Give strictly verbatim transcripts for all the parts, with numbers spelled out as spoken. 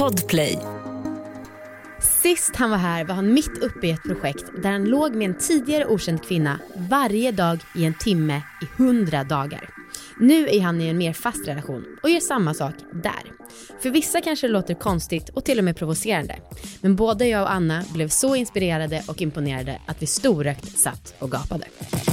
Podplay. Sist han var här var han mitt uppe i ett projekt där han låg med en tidigare okänd kvinna varje dag i en timme i hundra dagar. Nu är han i en mer fast relation och gör samma sak där. För vissa kanske det låter konstigt och till och med provocerande. Men både jag och Anna blev så inspirerade och imponerade att vi storökt satt och gapade.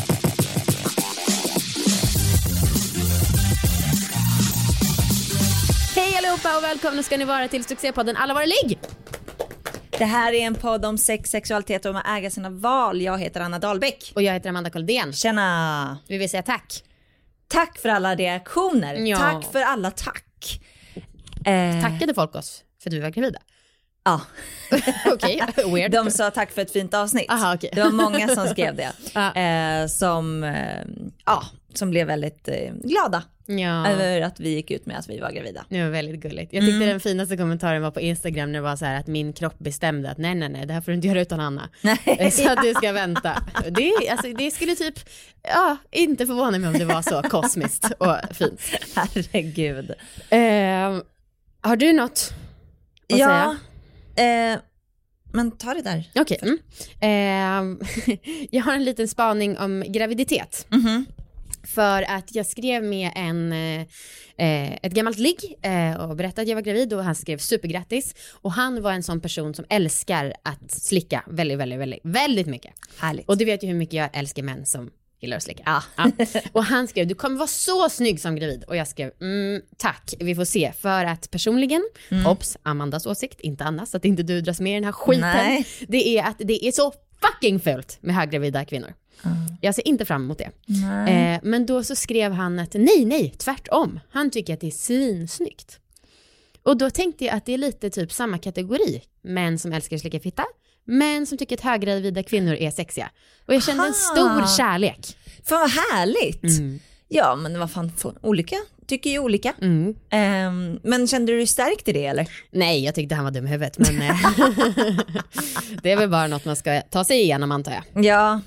Hej allihopa och välkomna ska ni vara till succépodden Alla våra ligg! Det här är en podd om sex, sexualitet och om att äga sina val. Jag heter Anna Dahlbäck. Och jag heter Amanda Koldén. Tjena! Vi vill säga tack. Tack för alla reaktioner. Ja. Tack för alla tack. Eh... Tackade folk oss för att vi var gravida? Ja. Okej, okay, weird. De sa tack för ett fint avsnitt. Aha, okay. Det var många som skrev det. Ah. Eh, som, eh, ja, som blev väldigt eh, glada. Ja. Över att vi gick ut med att vi var gravida. Det var väldigt gulligt. Jag tyckte mm. den finaste kommentaren var på Instagram när det var så här att min kropp bestämde att nej, nej, nej, det här får du inte göra utan Anna. Nej. Så att du ska vänta. Det, alltså, det skulle typ, ja, inte förvåna mig om det var så kosmiskt och fint. Herregud. Eh, har du något att ja, säga? Eh, men ta det där. Okej. Okay. Mm. Eh, jag har en liten spaning om graviditet. Mhm. För att jag skrev med en, eh, ett gammalt ligg eh, och berättade att jag var gravid och han skrev supergrattis. Och han var en sån person som älskar att slicka väldigt, väldigt, väldigt, väldigt mycket. Härligt. Och du vet ju hur mycket jag älskar män som gillar att slicka. Ja. Ja. Och han skrev, du kommer vara så snygg som gravid. Och jag skrev, mm, tack, vi får se. För att personligen, mm. ops, Amandas åsikt, inte Annas, så att inte du dras med i den här skiten. Nej. Det är att det är så fucking fult med höggravida kvinnor. Mm. Jag ser inte fram emot det. Eh, men då så skrev han att nej, nej, tvärtom. Han tycker att det är svinsnyggt. Och då tänkte jag att det är lite typ samma kategori. Män som älskar att slicka fitta. Män som tycker att höggravida kvinnor är sexiga. Och jag kände Aha. en stor kärlek. Fan vad härligt. Mm. Ja, men vad fan, olika tycker ju olika. Mm. Um, men kände du dig stärkt i det eller? Nej, jag tyckte han var dum i huvudet. Men det är väl bara något man ska ta sig igenom, antar jag. Ja.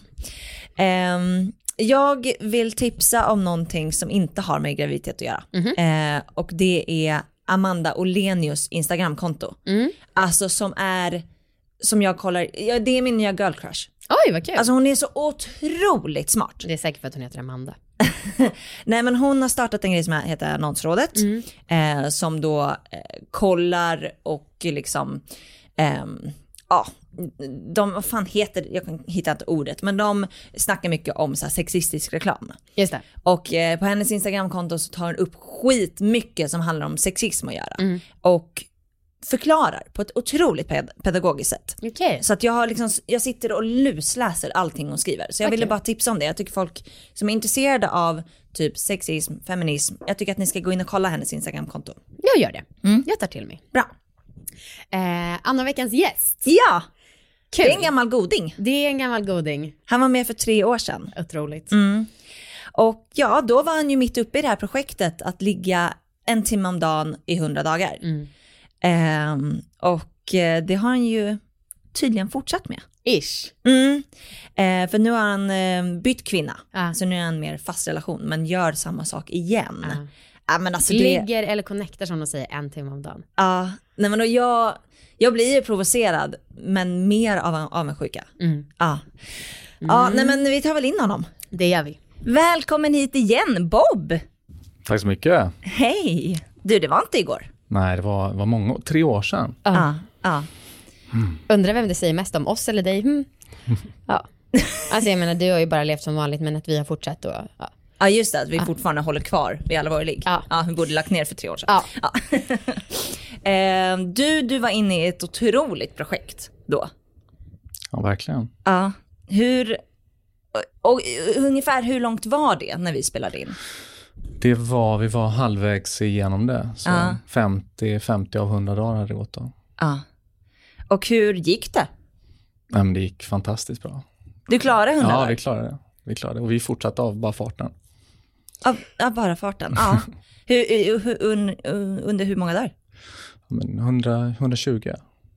Um, jag vill tipsa om någonting som inte har med graviditet att göra. Mm-hmm. uh, och det är Amanda Olenius Instagramkonto. Mm. Alltså som är, som jag kollar, ja, det är min nya girl crush. Oj, vad kul. Alltså hon är så otroligt smart. Det är säkert för att hon heter Amanda. Nej, men hon har startat en grej som heter Annonsrådet. Mm. eh, Som då eh, kollar och liksom eh, ja, de, vad fan heter, jag kan hitta inte ordet, men de snackar mycket om så här sexistisk reklam. Just det. Och eh, på hennes Instagramkonto så tar hon upp skit mycket som handlar om sexism att göra. Mm. Och förklarar på ett otroligt ped- pedagogiskt sätt. Okay. Så att jag har liksom, jag sitter och lusläser allting hon skriver. Så jag okay. ville bara tipsa om det. Jag tycker folk som är intresserade av typ sexism, feminism, jag tycker att ni ska gå in och kolla hennes Instagramkonto. Jag gör det. Mm. Jag tar till mig. Bra. Eh, Anna veckans gäst. Ja. Kul. Det är en gammal goding. Det är en gammal goding. Han var med för tre år sedan. Otroligt. Mm. Och ja, då var han ju mitt uppe i det här projektet att ligga en timme om dagen i hundra dagar. Mm. Um, och uh, det har han ju tydligen fortsatt med. Ish. Mm. Uh, för nu har han uh, bytt kvinna. Uh. Så nu är han mer fast relation. Men gör samma sak igen. Uh. Uh, men alltså Ligger det... eller connectar som de säger en timme om dagen. Ja, uh, nej men då jag, jag blir ju provocerad. Men mer av avundsjuka. Mm. Ja, mm. uh, nej men vi tar väl in honom. Det gör vi. Välkommen hit igen, Bob. Tack så mycket. Hej. Du, det var inte igår. Nej, det var, var många, tre år sedan. Ja, uh. ja. Uh. Mm. Undrar vem det säger mest om, oss eller dig? Mm. Ja. Alltså jag menar, du har ju bara levt som vanligt, men att vi har fortsatt och ja. Ja, just det, att vi ja. fortfarande håller kvar vid alla våra ligg. Ja. Ja, vi borde lagt ner för tre år sedan. Ja. Ja. eh, du, du var inne i ett otroligt projekt då. Ja, verkligen. Ja. Hur, och, och ungefär hur långt var det när vi spelade in? Det var, vi var halvvägs igenom det. Så ja. femtio av hundra dagar hade det gått då. Ja. Och hur gick det? Ja, men det gick fantastiskt bra. Du klarade hundra Ja, dagar? vi klarade det. Vi klarade det. Och vi fortsatte av bara farten. Av, av bara farten? Ja. hur, hur, un, under hur många dagar? Ja, men hundra, hundratjugo.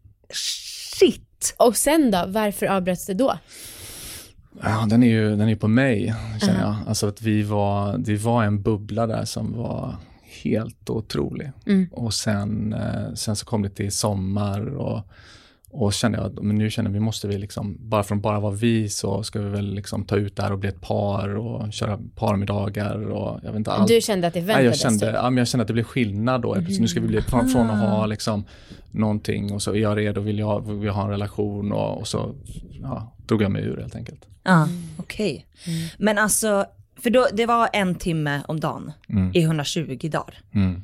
Shit! Och sen då, varför avbröts det då? Ja, den är ju den är på mig, känner uh-huh. jag. Alltså att vi var, det var en bubbla där som var helt otrolig. Mm. Och sen, eh, sen så kom det till sommar och, och kände jag, men nu känner vi måste vi liksom, bara från bara vara vi så ska vi väl liksom ta ut där och bli ett par och köra parmiddagar och jag vet inte allt. Du kände att det väntades? Nej, jag kände, ja, men jag kände att det blev skillnad då. Mm. Nu ska vi bli från, från att ha liksom någonting och så är jag redo, vill jag, vill jag ha en relation och, och så ja, drog jag mig ur helt enkelt. Ja, mm. okej. Okay. Mm. Men alltså, för då, det var en timme om dagen mm. i hundratjugo dagar. Mm.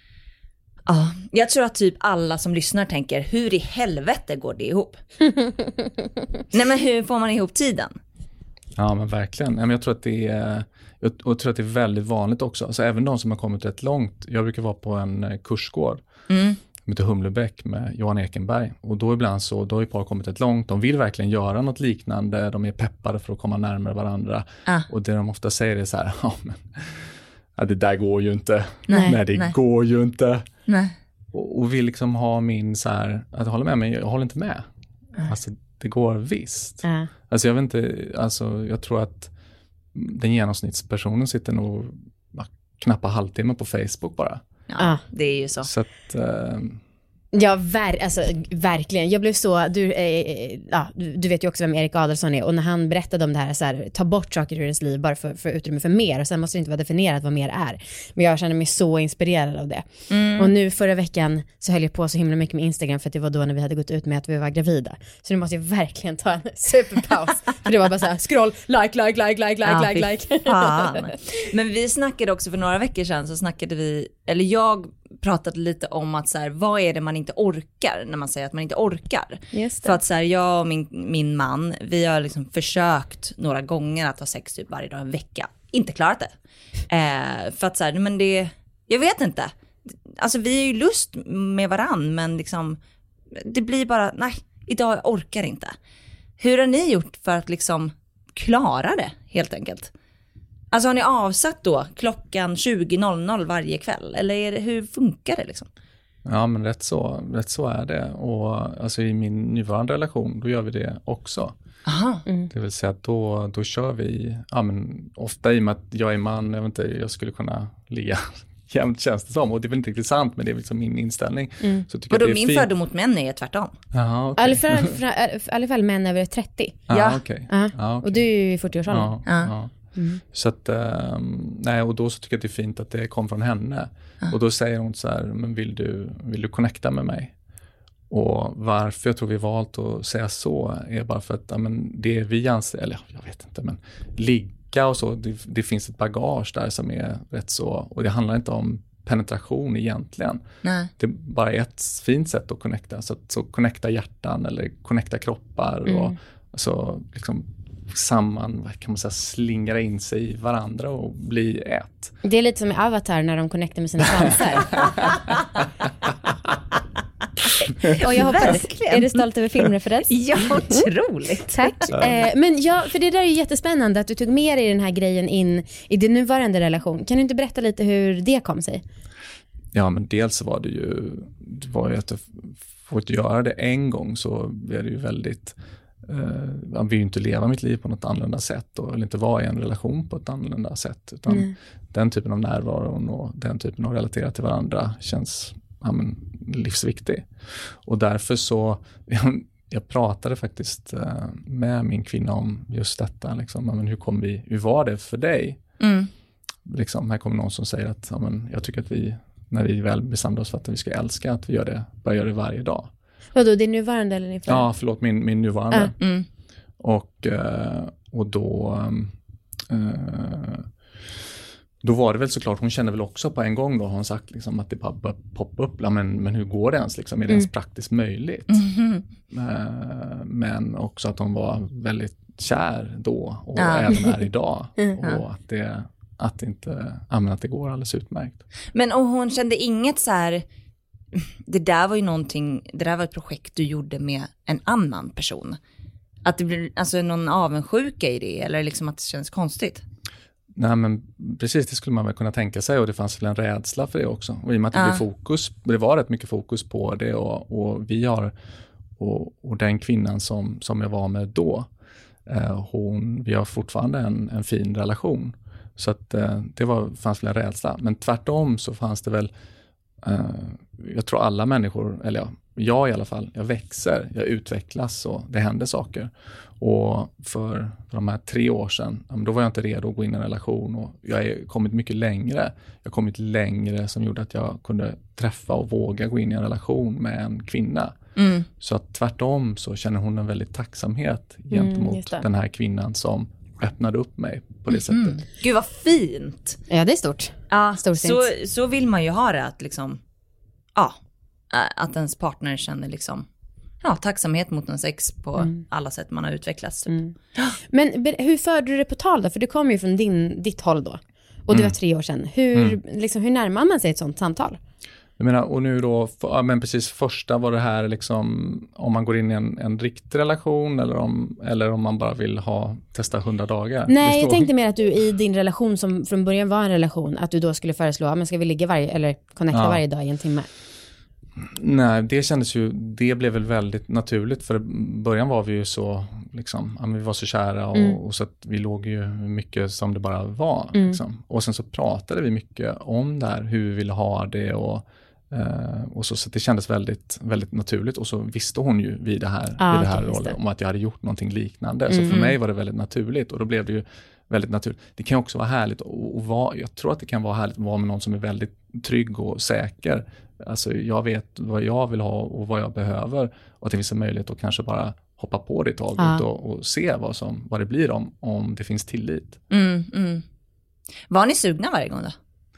Ja, jag tror att typ alla som lyssnar tänker, hur i helvete går det ihop? Nej, men hur får man ihop tiden? Ja, men verkligen. Jag tror att det är, jag tror att det är väldigt vanligt också. Alltså, även de som har kommit rätt långt. Jag brukar vara på en kursgård mm. som heter Humlebäck med Johan Ekenberg. Och då ibland så, då har ju par kommit rätt långt. De vill verkligen göra något liknande. De är peppade för att komma närmare varandra. Ah. Och det de ofta säger är så här, ja men ja, det där går ju inte. Nej, nej det nej. går ju inte. Nej. Och, och vill liksom ha min så här, att jag håller med, men jag håller inte med. Mm. Alltså det går visst. Mm. Alltså jag vet inte, alltså jag tror att den genomsnittspersonen sitter nog knappt halvtimme på Facebook bara. Ja, det är ju så. Så att... Uh, Ja, ver- alltså, verkligen. Jag blev så, du, eh, ja, du, du vet ju också vem Erik Adelsson är och när han berättade om det här, så här ta bort saker ur ens liv bara för, för utrymme för mer och sen måste det inte vara definierat vad mer är. Men jag känner mig så inspirerad av det. Mm. Och nu förra veckan så höll jag på så himla mycket med Instagram för att det var då när vi hade gått ut med att vi var gravida. Så nu måste jag verkligen ta en superpaus. För det var bara så här, scroll, like, like, like, like, like, ja, like, like. Fan. Men vi snackade också för några veckor sedan, så snackade vi, eller jag pratat lite om att så här, vad är det man inte orkar när man säger att man inte orkar. Just det. För att så här, jag och min, min man, vi har liksom försökt några gånger att ha sex typ varje dag en vecka. Inte klarat det. Eh, för att så här, men det, jag vet inte. Alltså vi är ju lust med varann, men liksom det blir bara, nej, idag jag orkar inte. Hur har ni gjort för att liksom klara det helt enkelt? Alltså har ni avsatt då klockan tjugo noll noll varje kväll? Eller är det, hur funkar det liksom? Ja, men rätt så, rätt så är det. Och alltså i min nuvarande relation, då gör vi det också. Aha. Mm. Det vill säga att då, då kör vi, ja men ofta i och med att jag är man, jag vet inte, jag skulle kunna ligga jämt känns det som. Och det är väl inte riktigt sant, men det är liksom min inställning. Mm. Så tycker och då jag det är min fint. fördom mot män är tvärtom. Jaha, okej. I alla fall, i alla fall män över trettio. Ja, Ja. okej. Uh-huh. Ja, okej. Och du är ju i fyrtioårsåldern. Ja, Ja. ja. Mm. Så att, um, nej, och då så tycker jag att det är fint att det kom från henne. Ja. Och då säger hon så här, men vill du, vill du connecta med mig? Och varför jag tror vi valt att säga så är bara för att ja, men det vi anser, eller jag vet inte, men ligga och så, det, det finns ett bagage där som är rätt så, och det handlar inte om penetration egentligen. Nej. Det är bara ett fint sätt att connecta, så, så connecta hjärtan eller connecta kroppar Mm. och så liksom samman, vad kan man säga, slingra in sig i varandra och bli ett. Det är lite som i Avatar när de connectar med sina svansar. Och jag hoppas, Verkligen. är du stolt över filmreferens? Ja, otroligt. Tack. Eh, men ja, för det där är ju jättespännande att du tog med dig den här grejen in i din nuvarande relation. Kan du inte berätta lite hur det kom sig? Ja, men dels var det ju, det var ju att jag fått göra det en gång, så blev det ju väldigt, eh, jag vill ju inte leva mitt liv på något annorlunda sätt och eller inte vara i en relation på ett annorlunda sätt, utan Mm. den typen av närvaro och den typen av relatera till varandra känns ja, men, livsviktig. Och därför så jag, jag pratade faktiskt eh, med min kvinna om just detta, liksom, ja, men hur kom vi, hur var det för dig? Mm. Liksom, här kommer någon som säger att ja, men, jag tycker att vi, när vi väl bestämde oss för att vi ska älska, att vi gör det, bara gör det varje dag. Vadå, din nuvarande eller din förra? Ja, förlåt, min, min nuvarande. Ja. Mm. Och, eh, och då eh, då var det väl såklart, hon kände väl också på en gång då, har hon sagt liksom, att det bara började poppa upp, ja, men, men hur går det ens liksom, är det Mm. ens praktiskt möjligt? Mhm. Eh, men också att hon var väldigt kär då och Ja. även är idag. Mm. Och att det, att, inte, ja, men att det går alldeles utmärkt. Men och hon kände inget så här, det där var ju någonting, det där var ett projekt du gjorde med en annan person. Att det blir alltså någon avundsjuka i det, eller liksom att det känns konstigt. Nej, men precis, det skulle man väl kunna tänka sig, och det fanns väl en rädsla för det också. Och i och med att det Ja. blev fokus, det var rätt mycket fokus på det, och, och vi har, och, och den kvinnan som, som jag var med då, eh, hon, vi har fortfarande en, en fin relation. Så att eh, det var, fanns väl en rädsla. Men tvärtom så fanns det väl, eh, jag tror alla människor, eller ja, jag i alla fall, jag växer, jag utvecklas och det händer saker. Och för, för de här tre år sedan, då var jag inte redo att gå in i en relation och jag har kommit mycket längre. Jag har kommit längre som gjorde att jag kunde träffa och våga gå in i en relation med en kvinna. Mm. Så att tvärtom så känner hon en väldigt tacksamhet gentemot mm, den här kvinnan som öppnade upp mig på det sättet. Mm. Gud vad fint. Ja, det är stort. Ja, Stort så, så vill man ju ha det, att liksom, ja, att ens partner känner liksom, ja, tacksamhet mot ens ex på mm. alla sätt man har utvecklats. Typ. Mm. Men hur förde du det på tal då? För det kom ju från din, ditt håll då. Och det mm. var tre år sedan. Hur, mm. liksom, hur närmar man sig ett sånt samtal? Jag menar, och nu då, för, men precis första var det här liksom, om man går in i en, en riktig relation eller om, eller om man bara vill ha, testa hundra dagar. Nej, jag tänkte mer att du i din relation som från början var en relation, att du då skulle föreslå, men ska vi ligga varje, eller connecta ja. varje dag i en timme? Nej, det kändes ju, det blev väl väldigt naturligt, för i början var vi ju så liksom, ja, vi var så kära och, mm. och så att vi låg ju mycket som det bara var mm. liksom. Och sen så pratade vi mycket om det här, hur vi ville ha det och, eh, och så, så det kändes väldigt, väldigt naturligt, och så visste hon ju vid det här, ah, vid det här okay, rollen, det. om att jag hade gjort någonting liknande, mm. så för mig var det väldigt naturligt, och då blev det ju väldigt naturligt. Det kan också vara härligt och, och vara, jag tror att det kan vara härligt att vara med någon som är väldigt trygg och säker. Alltså jag vet vad jag vill ha och vad jag behöver, och att det finns en möjlighet att kanske bara hoppa på det taget ja. och, och se vad, som, vad det blir om, om det finns tillit. Mm, mm. Var ni sugna varje gång då?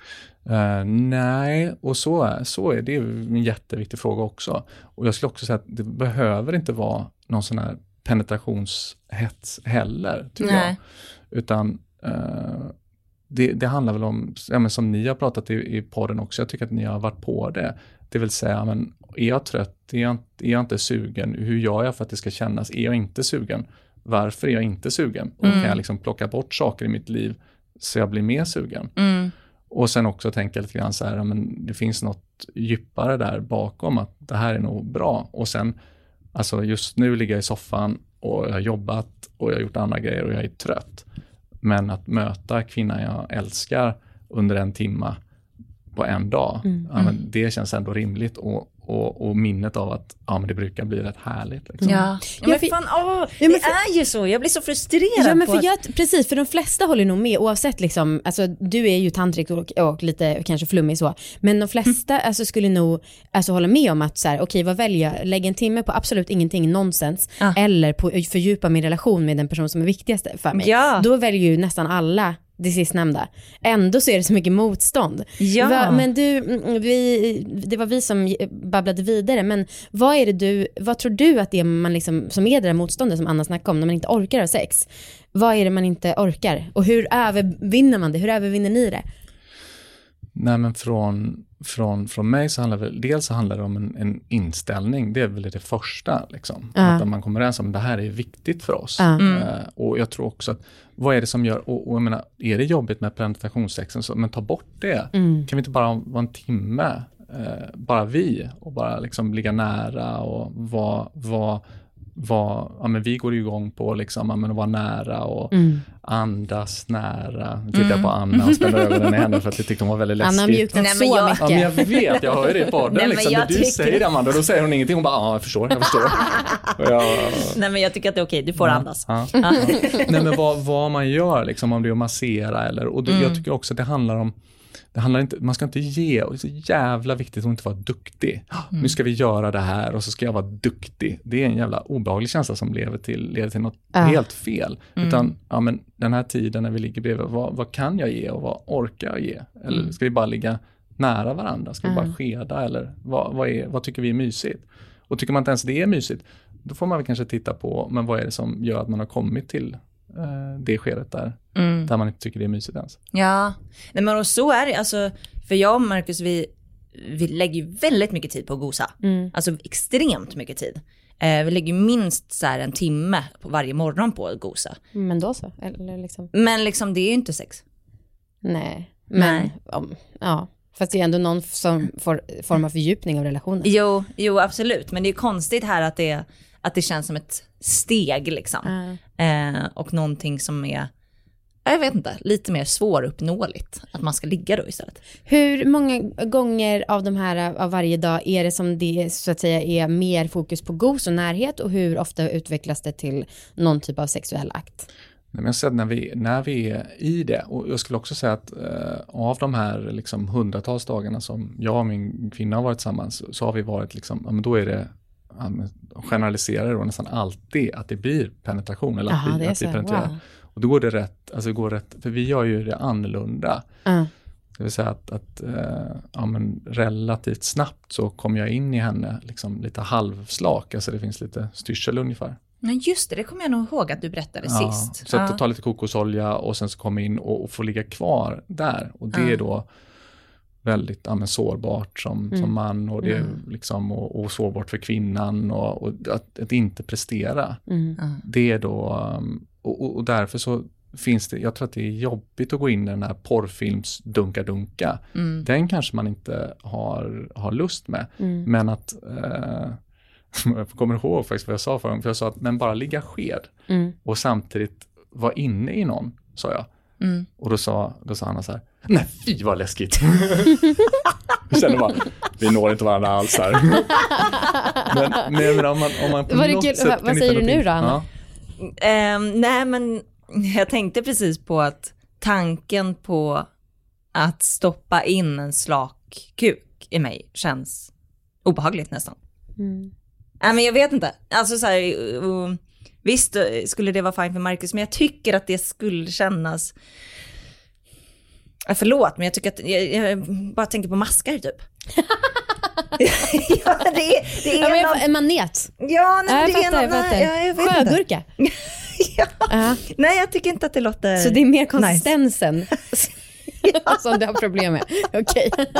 Uh, nej, och så är, så är det en jätteviktig fråga också. Och jag skulle också säga att det behöver inte vara någon sån här penetrationshets heller, tycker nej. jag. Utan uh, Det, det handlar väl om, ja, men som ni har pratat i, i podden också, jag tycker att ni har varit på det. Det vill säga, men, är jag trött? Är jag, är jag inte sugen? Hur gör jag för att det ska kännas? Är jag inte sugen? Varför är jag inte sugen? Och mm. kan jag liksom plocka bort saker i mitt liv så jag blir mer sugen? Mm. Och sen också tänka lite grann så här, ja, men det finns något djupare där bakom, att det här är nog bra. Och sen, alltså just nu ligger jag i soffan och jag har jobbat och jag har gjort andra grejer och jag är trött. Men att möta kvinnan jag älskar under en timma på en dag, mm. ja, men det känns ändå rimligt, och, och, och minnet av att ja, men det brukar bli rätt härligt. Liksom. Ja. Ja, men fan, åh, det ja, men för, är ju så. Jag blir så frustrerad. Ja, men för på jag, att... precis, för de flesta håller nog med, oavsett liksom, alltså du är ju tantrik och, och lite kanske flummig så, men de flesta mm. alltså, skulle nog alltså, hålla med om att så här, okej, okay, vad väljer jag? Lägga en timme på absolut ingenting, nonsens, ah. eller på fördjupa min relation med den person som är viktigast för mig. Ja. Då väljer ju nästan alla det sistnämnda. Ändå så är det så mycket motstånd. Ja. Va, men du, vi, det var vi som babblade vidare, men vad är det du, vad tror du att det är man liksom, som är det där motståndet som Anna snackade om, när man inte orkar ha sex? Vad är det man inte orkar? Och hur övervinner man det? Hur övervinner ni det? Nej, men från, från, från mig så handlar det väl, dels så handlar det om en, en inställning. Det är väl det första liksom. Uh. Att man kommer överens om det här är viktigt för oss. Uh. Mm. Uh, och jag tror också att, vad är det som gör, och, och jag menar, är det jobbigt med penetrationssexen, så men ta bort det. Mm. Kan vi inte bara vara en timme, uh, bara vi, och bara liksom ligga nära och vara, vara Var, ja, men vi går igång på liksom, ja, men att vara nära och mm. andas nära. Nu tittar mm. jag på Anna och spänner ögonen i henne för att jag tyckte hon var väldigt läskig. Anna mjuknar så jag, mycket. Ja, men jag vet, jag hör ju det på den. Liksom, när du tycker... säger det, Amanda, då säger hon ingenting. Hon bara, ja, jag förstår, jag förstår. jag... Nej, men jag tycker att det är okej, du får ja, andas. Ja, ja. Nej, men vad, vad man gör, liksom, om det är att massera eller, och det, mm. jag tycker också att det handlar om, det handlar inte, man ska inte ge, och det är så jävla viktigt att inte vara duktig. Mm. Nu ska vi göra det här och så ska jag vara duktig. Det är en jävla obehaglig känsla som leder till, leder till något uh. helt fel. Mm. Utan, ja, men den här tiden när vi ligger bredvid, vad, vad kan jag ge och vad orkar jag ge? Eller mm. ska vi bara ligga nära varandra? Ska vi uh. bara skeda? Eller vad, vad, är, vad tycker vi är mysigt? Och tycker man inte ens det är mysigt, då får man väl kanske titta på, men vad är det som gör att man har kommit till eh, det skedet där, mm. där man inte tycker det är mysigt ens. Ja, nej, men och så är det, alltså, för jag och Marcus, vi, vi lägger ju väldigt mycket tid på att gosa. Mm. Alltså extremt mycket tid. Eh, vi lägger minst så här en timme på varje morgon på att gosa. Men då så? Eller liksom... Men liksom, det är ju inte sex. Nej, men nej. Om, ja. Fast det är ändå någon som får form av fördjupning av relationen. Jo, jo, absolut. Men det är konstigt här att det, att det känns som ett steg liksom. Mm. Eh, och någonting som är... jag vet inte, lite mer svåruppnåeligt att man ska ligga då istället. Hur många gånger av de här av varje dag är det som det så att säga är mer fokus på gos och närhet, och hur ofta utvecklas det till någon typ av sexuell akt? Nej, men jag säger att när vi, när vi är i det, och jag skulle också säga att eh, av de här liksom hundratals dagarna som jag och min kvinna har varit tillsammans, så har vi varit liksom, ja, men då är det ja, generaliserar då nästan alltid att det blir penetration eller Aha, att vi, att vi penetrerar. Wow. Och då går det rätt, alltså det går rätt, för vi gör ju det annorlunda. Uh. Det vill säga att, att eh, ja, men relativt snabbt så kom jag in i henne liksom lite halvslak, alltså det finns lite styrsel ungefär. Men just det, det kommer jag nog ihåg att du berättade ja, sist. Så att ja. ta lite kokosolja och sen så komma in och, och få ligga kvar där. Och det ja. är då väldigt ja, men sårbart som, mm. som man, och det är mm. liksom och, och sårbart för kvinnan, och, och att, att inte prestera. Mm. Det är då och, och därför så finns det, jag tror att det är jobbigt att gå in i den här porrfilms dunka-dunka. Mm. Den kanske man inte har, har lust med. Mm. Men att eh, jag kommer ihåg faktiskt vad jag sa förra gången, för jag sa att men bara ligga sked mm. och samtidigt vara inne i någon, sa jag. Mm. Och då sa, då sa Anna så här: nej fy vad läskigt. Jag kände bara, vi når inte varandra alls här. men, men om man, om man på något kul, sätt vad säger du nu då, Anna? Ja. Um, nej men jag tänkte precis på att tanken på att stoppa in en slak kuk i mig känns obehagligt nästan. Mm. Nej, men jag vet inte. Alltså så här, uh, visst skulle det vara fint för Marcus, men jag tycker att det skulle kännas... Förlåt, men jag tycker att jag, jag bara tänker på maskar typ. ja, det är, det är ja, men jag, någon... en manet. Ja, nej, ja, det fattar, är någon... jag ja, jag vet Sjögurka. ja. Uh-huh. Nej, jag tycker inte att det låter... Så det är mer konsistensen nice. som du har problem med. Okej. Okay.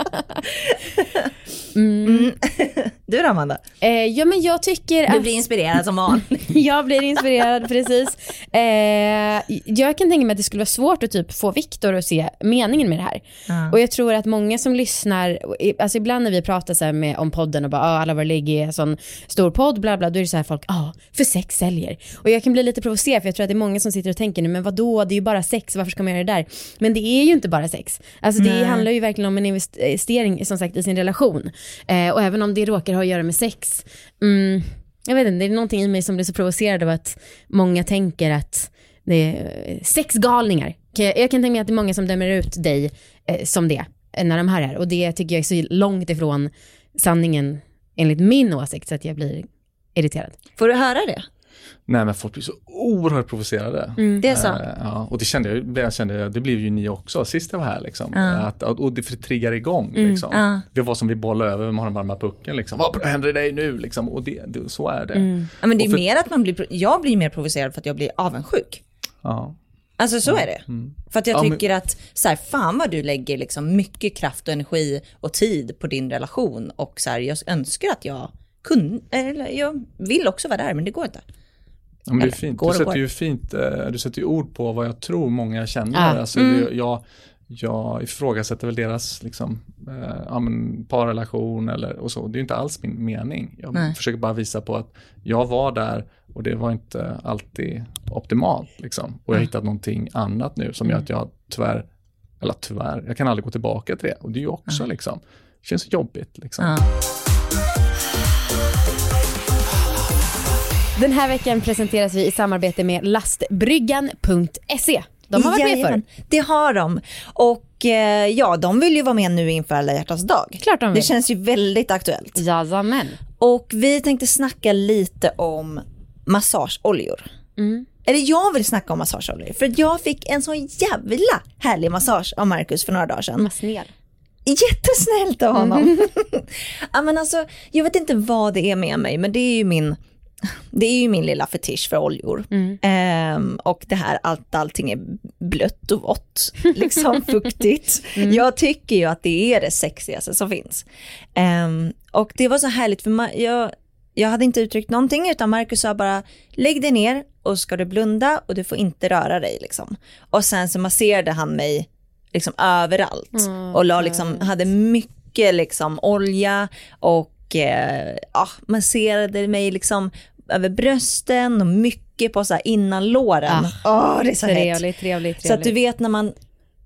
mm. mm. Du då, Amanda? Eh, ja, men jag tycker Du att... blir inspirerad som van. Jag blir inspirerad, precis. Eh, jag kan tänka mig att det skulle vara svårt att typ få Viktor att se meningen med det här. Mm. Och jag tror att många som lyssnar, alltså ibland när vi pratar så här med, om podden och bara, ah, alla var ligger i en sån stor podd, bla bla, då är det så här folk, ja, ah, för sex säljer. Och jag kan bli lite provocerad, för jag tror att det är många som sitter och tänker nu, men vadå, det är ju bara sex, varför ska man göra det där? Men det är ju inte bara sex. Alltså det Nej. handlar ju verkligen om en investering, som sagt, i sin relation. Eh, och även om det råkar ha att göra med sex, mm, jag vet inte, det är någonting i mig som blir så provocerad av att många tänker att det är sexgalningar. Jag kan tänka mig att det är många som dömer ut dig eh, som det när de hör det här, och det tycker jag är så långt ifrån sanningen enligt min åsikt, så att jag blir irriterad. Får du höra det? Nej, men folk blir så oerhört provocerade. Mm, det är så. Uh, ja, och det kände jag, det kände jag, det blev ju ni också sist jag var här liksom. Uh. Att, och det triggar igång mm, liksom. Uh. Det var som vi bollar över med den varma pucken liksom. Vad händer dig nu liksom? Och det, det, så är det. Mm. Ja, men det är för, mer att man blir, jag blir mer provocerad för att jag blir avundsjuk. Ja. Alltså så är det. Mm. För att jag tycker ja, men... att så här, fan vad du lägger liksom mycket kraft och energi och tid på din relation, och så här, jag önskar att jag kunde, eller jag vill också vara där, men det går inte. Ja, men det är fint. Du sätter ju fint, du sätter ju ord på vad jag tror många känner. Ah. Alltså, mm. det, jag, jag ifrågasätter väl deras liksom, eh, ja, men, parrelation eller, och så. Det är ju inte alls min mening. Jag Nej. försöker bara visa på att jag var där och det var inte alltid optimalt. Liksom. Och jag har mm. hittat någonting annat nu som mm. gör att jag tyvärr, eller tyvärr, jag kan aldrig gå tillbaka till det. Och det är ju också mm. liksom, det känns jobbigt liksom. Mm. Den här veckan presenteras vi i samarbete med lastbryggan punkt se. De har varit med för. Det har de. Och eh, ja, de vill ju vara med nu inför alla hjärtans dag. Klart de vill. Det känns ju väldigt aktuellt. Jajamän. Och vi tänkte snacka lite om massageoljor. Mm. Eller jag vill snacka om massageoljor. För jag fick en så jävla härlig massage av Marcus för några dagar sedan. Vad snäll. Jättesnällt av honom. Mm. Ja, men alltså, jag vet inte vad det är med mig, men det är ju min... Det är ju min lilla fetisch för oljor. Mm. Ehm, och det här, allt, allting är blött och vått. Liksom fuktigt. Mm. Jag tycker ju att det är det sexigaste som finns. Ehm, och det var så härligt, för ma- jag, jag hade inte uttryckt någonting, utan Marcus sa bara, lägg dig ner och ska du blunda och du får inte röra dig. Liksom. Och sen så masserade han mig liksom överallt. Mm. Och la, liksom, hade mycket liksom, olja och ja, masserade mig liksom över brösten och mycket mycket på så här innan låren. Åh, ah, oh, det är så trevligt, hett. trevligt, trevligt. Så att du vet när man,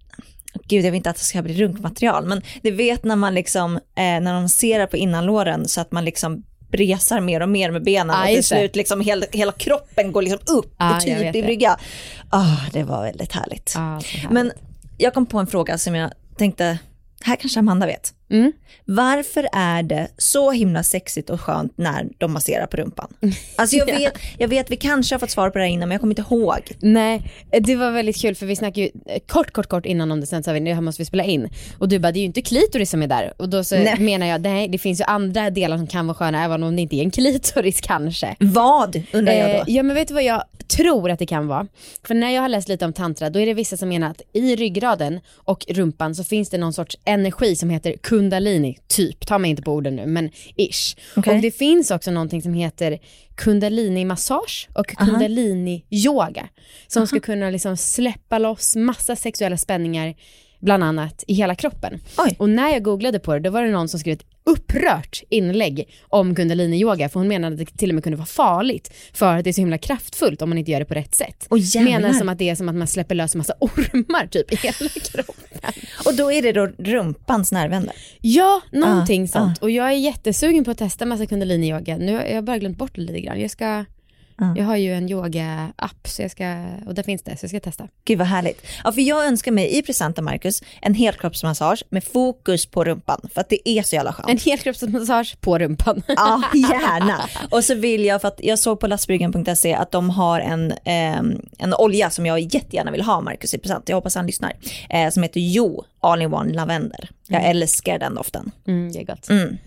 gud jag vet inte att det ska bli runkmaterial, men du vet när man liksom, eh, när de ser på innanlåren så att man liksom bresar mer och mer med benen ah, och till slut liksom hela, hela kroppen går liksom upp ah, och typ i brygga. Ah, det var väldigt härligt. Ah, härligt. Men jag kom på en fråga som jag tänkte, här kanske Amanda vet. Mm. Varför är det så himla sexigt och skönt när de masserar på rumpan? Alltså jag vet, jag vet vi kanske har fått svar på det här innan, men jag kommer inte ihåg. Nej, det var väldigt kul för vi snackade ju kort, kort, kort innan om det, sen sa vi, nu här måste vi spela in. Och du bara, det är ju inte klitoris som är där. Och då så nej. menar jag, nej, det finns ju andra delar som kan vara sköna, även om det inte är en klitoris kanske. Vad, undrar jag då? Eh, ja men vet du vad jag tror att det kan vara? För när jag har läst lite om tantra, då är det vissa som menar att i ryggraden och rumpan så finns det någon sorts energi som heter kundalini, typ, ta mig inte på orden nu, men ish. Okay. Och det finns också någonting som heter kundalini-massage och kundalini-yoga som uh-huh. ska kunna liksom släppa loss massa sexuella spänningar bland annat i hela kroppen. Oj. Och när jag googlade på det, då var det någon som skrev ett upprört inlägg om kundalini-yoga, för hon menade att det till och med kunde vara farligt för att det är så himla kraftfullt om man inte gör det på rätt sätt. Oh, menar som att det är som att man släpper lös en massa ormar typ i hela kroppen. Och då är det då rumpans nervändar? Ja, någonting ah, sånt. Ah. Och jag är jättesugen på att testa massa kundalini-yoga. Nu har jag bara glömt bort det lite grann. Jag ska... Mm. Jag har ju en yoga-app så jag ska, och där finns det, så jag ska testa. Gud vad härligt. Ja, för jag önskar mig i present av Marcus en helkroppsmassage med fokus på rumpan, för att det är så jävla skönt. En helkroppsmassage på rumpan. Ja, gärna. Och så vill jag, för att jag såg på lastbryggan punkt se att de har en, eh, en olja som jag jättegärna vill ha Marcus i present. Jag hoppas han lyssnar. Eh, som heter Jo All-in-One Lavender. Jag mm. älskar den doften. Mm, det är gott. Mm.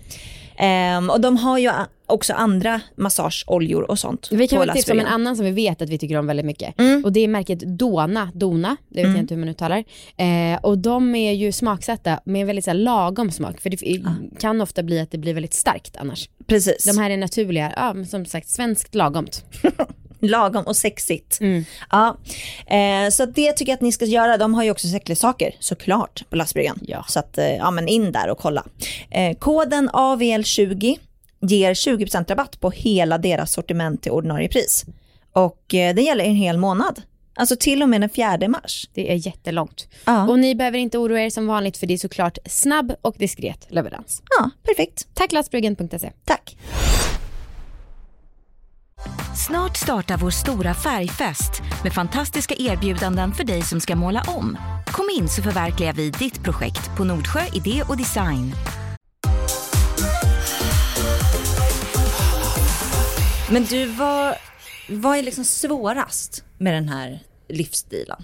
Um, och de har ju också andra massageoljor och sånt. Vi kan väl tipsa om en annan som vi vet att vi tycker om väldigt mycket. Mm. Och det är märket Dona, Dona, det vet mm. jag inte hur man uttalar. Eh, och de är ju smaksatta med en väldigt så här, lagom smak. För det ah. kan ofta bli att det blir väldigt starkt annars. Precis. De här är naturliga, ja, som sagt, svenskt lagomt. Lagom och sexigt. Mm. Ja. Eh, så det tycker jag att ni ska göra. De har ju också sexleksaker såklart på lastbryggan. Ja. Så att, eh, ja men in där och kolla. Eh, koden A V L tjugo ger tjugo procent rabatt på hela deras sortiment till ordinarie pris. Och eh, det gäller en hel månad. Alltså till och med den fjärde mars. Det är jättelångt. Ja. Och ni behöver inte oroa er som vanligt, för det är såklart snabb och diskret leverans. Ja, perfekt. Tack lastbryggan punkt se. Tack. Snart startar vår stora färgfest med fantastiska erbjudanden för dig som ska måla om. Kom in så förverkligar vi ditt projekt på Nordsjö Idé och Design. Men du, vad, vad är liksom svårast med den här livsstilen?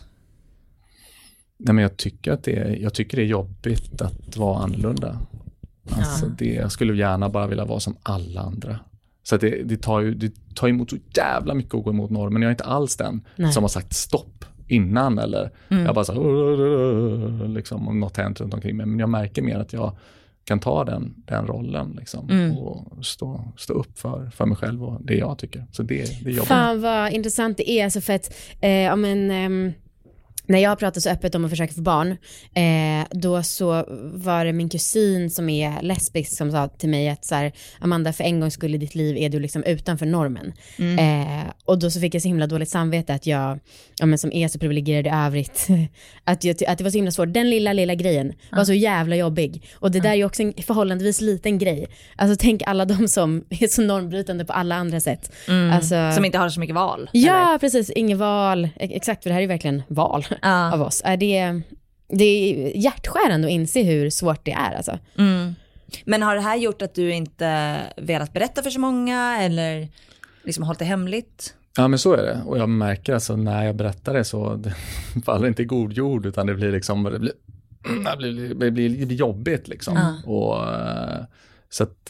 Nej, men jag tycker att det är, jag tycker det är jobbigt att vara annorlunda. Alltså, ja. det, jag skulle gärna bara vilja vara som alla andra. Så det, det, tar ju, det tar emot så jävla mycket att gå emot normen. Jag är inte alls den Nej. som har sagt stopp innan. Eller mm. jag bara så här, liksom, om något hänt runt omkring mig. Men jag märker mer att jag kan ta den, den rollen liksom, mm. och stå, stå upp för, för mig själv och det jag tycker. Så det, det jobbar. Fan vad intressant det är. Alltså för att, eh, om en... Eh, när jag pratar så öppet om att försöka få barn, eh, då så var det min kusin som är lesbisk som sa till mig att så här, Amanda, för en gång skull i ditt liv är du liksom utanför normen. Mm. Eh, och då så fick jag så himla dåligt samvete att jag, ja, men som är så privilegierad i övrigt, att, jag, att det var så himla svårt. Den lilla, lilla grejen var så jävla jobbig. Och det där är ju också en förhållandevis liten grej. Alltså tänk alla de som är så normbrytande på alla andra sätt. Mm. Alltså, som inte har så mycket val. Ja, eller? Precis. Inget val. Exakt, för det här är verkligen val. Ja. Av oss. Är det, det är hjärtskärande att inse hur svårt det är alltså. Mm. Men har det här gjort att du inte velat berätta för så många eller liksom hållit det hemligt? Ja, men så är det. Och jag märker alltså när jag berättar det så det faller inte god jord, utan det blir liksom det blir, det blir, det blir, det blir jobbigt liksom. Mm. Och så att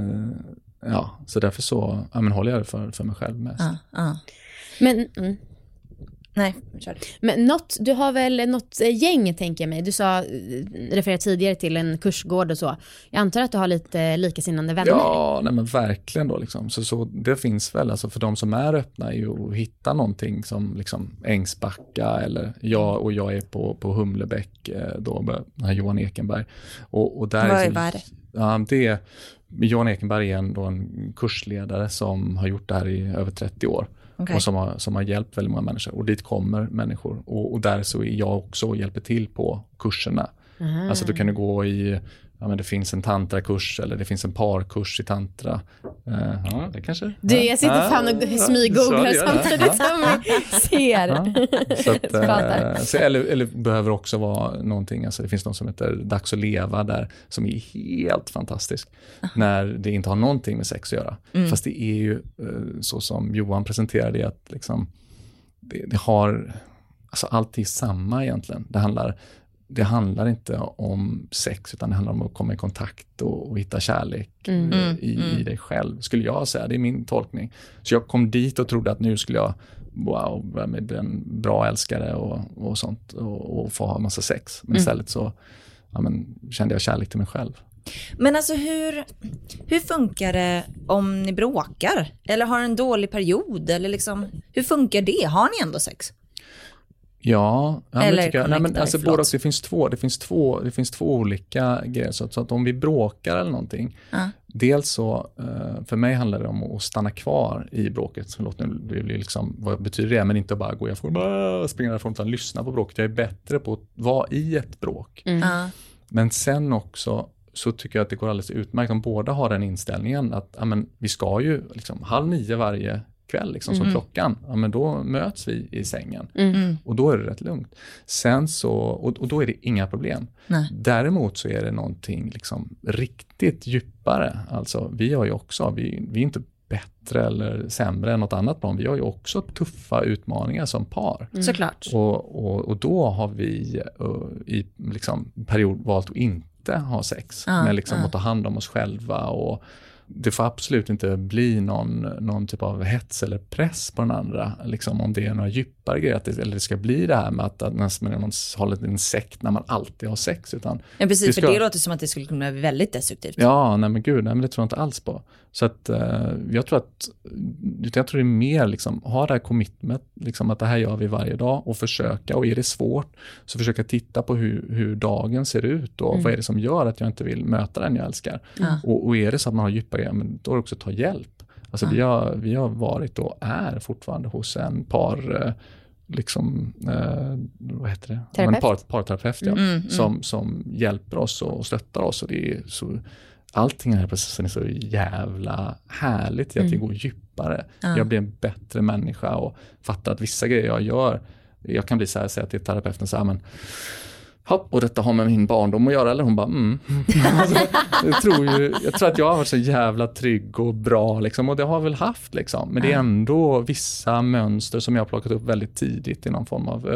ja, så därför så ja, men håller jag det för, för mig själv mest. Mm. Mm. Men mm. Nej, kör det. Men något, du har väl något gäng, tänker jag mig. Du sa, refererade tidigare till en kursgård och så. Jag antar att du har lite likasinnande vänner. Ja, nej men verkligen då liksom. Så, så det finns väl, alltså för de som är öppna är ju att hitta någonting som liksom Ängsbacka eller jag, och jag är på, på Humlebäck då med Johan Ekenberg. Och, och där vad är är det? Ja, det är, Johan Ekenberg är en, då en kursledare som har gjort det här i över trettio år. Okay. Och som har, som har hjälpt väldigt många människor. Och dit kommer människor. Och, och där så är jag också och hjälper till på kurserna. Mm. Alltså då kan du gå i, ja men det finns en tantrakurs eller det finns en parkurs i tantra. Uh, ja, det kanske. Du, jag sitter ja, fan och smyggooglar ja, samtidigt som vi ser. Ja. Så att, uh, så, eller, eller behöver också vara någonting, alltså det finns något som heter Dags att leva där som är helt fantastisk. Uh. När det inte har någonting med sex att göra. Mm. Fast det är ju uh, så som Johan presenterade det, att liksom, det, det har, alltså allt är samma egentligen. Det handlar Det handlar inte om sex utan det handlar om att komma i kontakt och, och hitta kärlek mm. i, i dig själv, skulle jag säga. Det är min tolkning. Så jag kom dit och trodde att nu skulle jag wow, bli en bra älskare och, och sånt och, och få ha massa sex. Men mm. istället så ja, men, kände jag kärlek till mig själv. Men alltså hur, hur funkar det om ni bråkar? Eller har en dålig period? Eller liksom, hur funkar det? Har ni ändå sex? Ja, ja eller tycker jag. Nej, men alltså både det finns två, det finns två, det finns två olika grejer så att, så att om vi bråkar eller någonting. Uh. Dels så för mig handlar det om att stanna kvar i bråket. Så låt nu det blir liksom vad betyder det, men inte bara gå jag får bara springa därifrån utan lyssna på bråket. Jag är bättre på att vara i ett bråk. Mm. Uh. Men sen också så tycker jag att det går alldeles utmärkt om båda har den inställningen att ja, men vi ska ju liksom halv nio varje kväll liksom, som mm. klockan, ja, men då möts vi i sängen mm. och då är det rätt lugnt. Sen så, och, och då är det inga problem. Nej. Däremot så är det någonting liksom riktigt djupare. Alltså vi har ju också, vi, vi är inte bättre eller sämre än något annat barn. Vi har ju också tuffa utmaningar som par. Mm. Såklart. Och, och, och då har vi uh, i liksom period valt att inte ha sex. Ah, med liksom ah. att ta hand om oss själva och det får absolut inte bli någon, någon typ av hets eller press på den andra. Liksom om det är några djupare grejer. Att det, eller det ska bli det här med att, att nästan någon håller en sekt när man alltid har sex. Utan ja, precis. Det ska, för det låter som att det skulle kunna bli väldigt destruktivt. Ja, nej men gud. Nej, men det tror jag inte alls på. Så att uh, jag tror att jag tror det är mer liksom, ha det här commitment. Liksom att det här gör vi varje dag. Och försöka. Och är det svårt så försöka titta på hur, hur dagen ser ut. Och mm. vad är det som gör att jag inte vill möta den jag älskar. Mm. Och, och är det så att man har djupa grejer, men då är det också ta hjälp. Alltså mm. vi, har, vi har varit och är fortfarande hos en par liksom, eh, vad heter det? En par, parterapeut ja, mm, mm. Som, som hjälper oss och stöttar oss. Och det är så, allting i den här processen är så jävla härligt i att mm. det går djupare. Mm. Jag blir en bättre människa och fattar att vissa grejer jag gör, jag kan bli så här, säga till terapeuten så här, men hopp, och detta har med min barndom att göra, eller hon bara mm. alltså, jag, tror ju, jag tror att jag har varit så jävla trygg och bra liksom, och det har jag väl haft liksom. Men det är ändå vissa mönster som jag har plockat upp väldigt tidigt i någon form av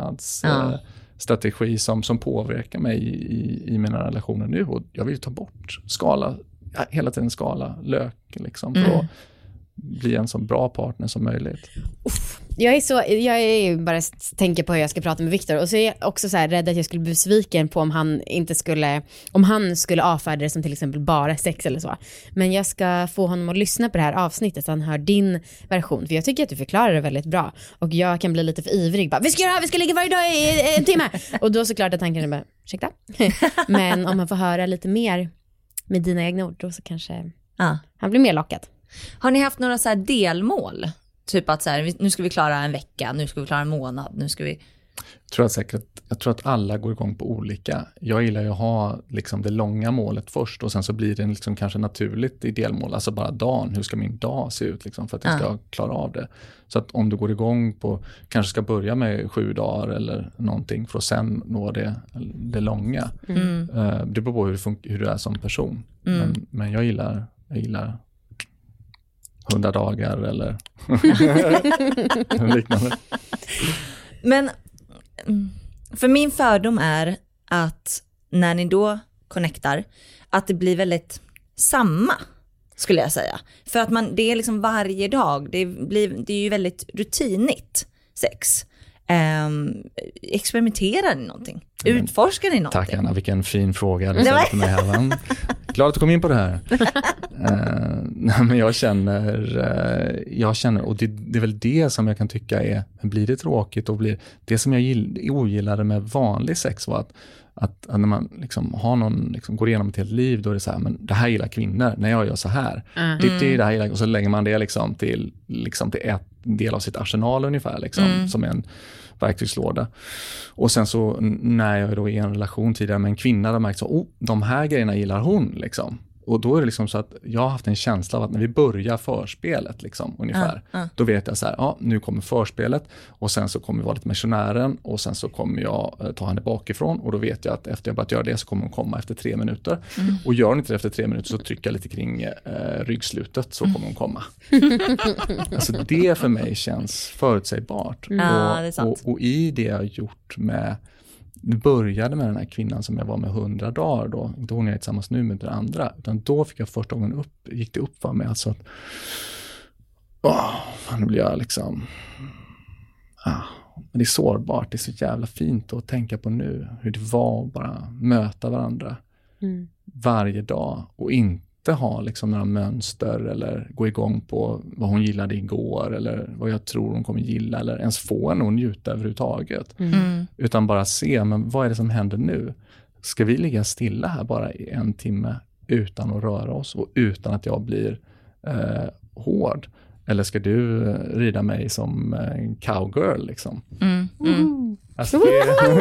överlevnadsstrategi ja. som, som påverkar mig i, i mina relationer nu, och jag vill ju ta bort skala, hela tiden skala lök liksom, för mm. att bli en så bra partner som möjligt. Uff. Jag är så, jag är bara tänker på hur jag ska prata med Victor, och så är jag också så här rädd att jag skulle bli besviken på om han inte skulle, om han skulle avfärda det som till exempel bara sex eller så. Men jag ska få honom att lyssna på det här avsnittet så han hör din version, för jag tycker att du förklarar det väldigt bra, och jag kan bli lite för ivrig, bara, vi ska göra det här, vi ska ligga varje dag i en timme, och då såklart att han kan bara, ursäkta. Men om man får höra lite mer med dina egna ord, då så kanske ah. han blir mer lockad. Har ni haft några så här delmål? Typ att så här, nu ska vi klara en vecka, nu ska vi klara en månad, nu ska vi... Jag tror att, säkert, jag tror att alla går igång på olika. Jag gillar ju att ha liksom det långa målet först, och sen så blir det liksom kanske naturligt i delmål. Alltså bara dagen, hur ska min dag se ut liksom, för att jag ska ja. klara av det. Så att om du går igång på, kanske ska börja med sju dagar eller någonting för att sen nå det, det långa. Mm. Uh, det beror på hur, det fun- hur du är som person. Mm. Men, men jag gillar... Jag gillar hundra dagar eller liknande. Men för min fördom är att när ni då connectar, att det blir väldigt samma, skulle jag säga. För att man, det är liksom varje dag, det, blir, det är ju väldigt rutinigt sex. Um, experimenterar ni någonting? Men, utforskar ni någonting? Tack Anna, vilken fin fråga du ställde till mig här. Glad att du kom in på det här. uh, nej, men jag känner, uh, jag känner och det, det är väl det som jag kan tycka är, blir det tråkigt och blir det som jag gill, ogillade med vanlig sex var att Att, att när man liksom har någon, liksom går igenom ett helt liv, då är det så här, men det här gillar kvinnor, när jag gör så här. Mm. Det, det, det här gillar, och så lägger man det liksom till, liksom till ett del av sitt arsenal ungefär, liksom, mm. som en verktygslåda. Och sen så när jag då är i en relation tidigare med en kvinna, där märkt så, oh, de här grejerna gillar hon liksom. Och då är det liksom så att jag har haft en känsla av att när vi börjar förspelet liksom, ungefär, uh, uh. då vet jag så här, ja, nu kommer förspelet och sen så kommer vi vara lite missionären och sen så kommer jag eh, ta henne bakifrån och då vet jag att efter jag börjat göra det så kommer hon komma efter tre minuter. Mm. Och gör hon inte det efter tre minuter så trycker jag lite kring eh, ryggslutet så mm. kommer hon komma. Alltså det för mig känns förutsägbart. Mm. Och, ja, det är sant. Och, och i det jag har gjort med det började med den här kvinnan som jag var med hundra dagar då. Inte hon jag är tillsammans nu med den andra. Utan då fick jag första gången upp, gick det upp för mig alltså att åh, fan, nu blir jag liksom ah, det är sårbart. Det är så jävla fint att tänka på nu. Hur det var att bara möta varandra mm. varje dag. Och inte ha liksom några mönster eller gå igång på vad hon gillade igår eller vad jag tror hon kommer gilla eller ens få henne att njuta överhuvudtaget. Mm. Utan bara se, men vad är det som händer nu? Ska vi ligga stilla här bara i en timme utan att röra oss och utan att jag blir eh, hård? Eller ska du rida mig som en cowgirl liksom? Mm. Mm. Alltså det,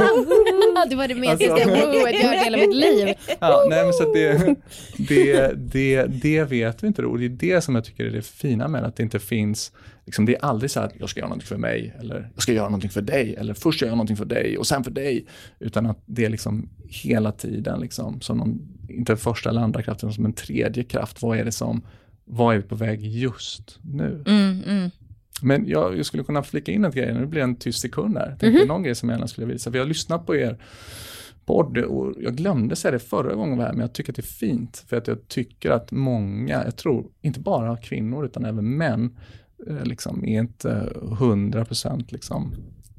det var det mesigaste alltså, jag hört i hela mitt liv. Ja, nej, men så det, det, det, det vet vi inte då. Och det är det som jag tycker är det fina med att det inte finns, liksom, det är aldrig så att jag ska göra någonting för mig eller jag ska göra någonting för dig eller först ska jag göra någonting för dig och sen för dig. Utan att det är liksom hela tiden liksom, som någon, inte första eller andra kraften, som en tredje kraft. Vad är det som, vad är vi på väg just nu? Mm, mm. Men jag, jag skulle kunna flika in en grej. Nu blir en tyst sekund här. Tänkte mm-hmm. någon grej som jag gärna skulle visa. Vi har lyssnat på er podd och jag glömde säga det förra gången här, men jag tycker att det är fint. För att jag tycker att många, jag tror inte bara kvinnor utan även män liksom är inte hundra procent liksom,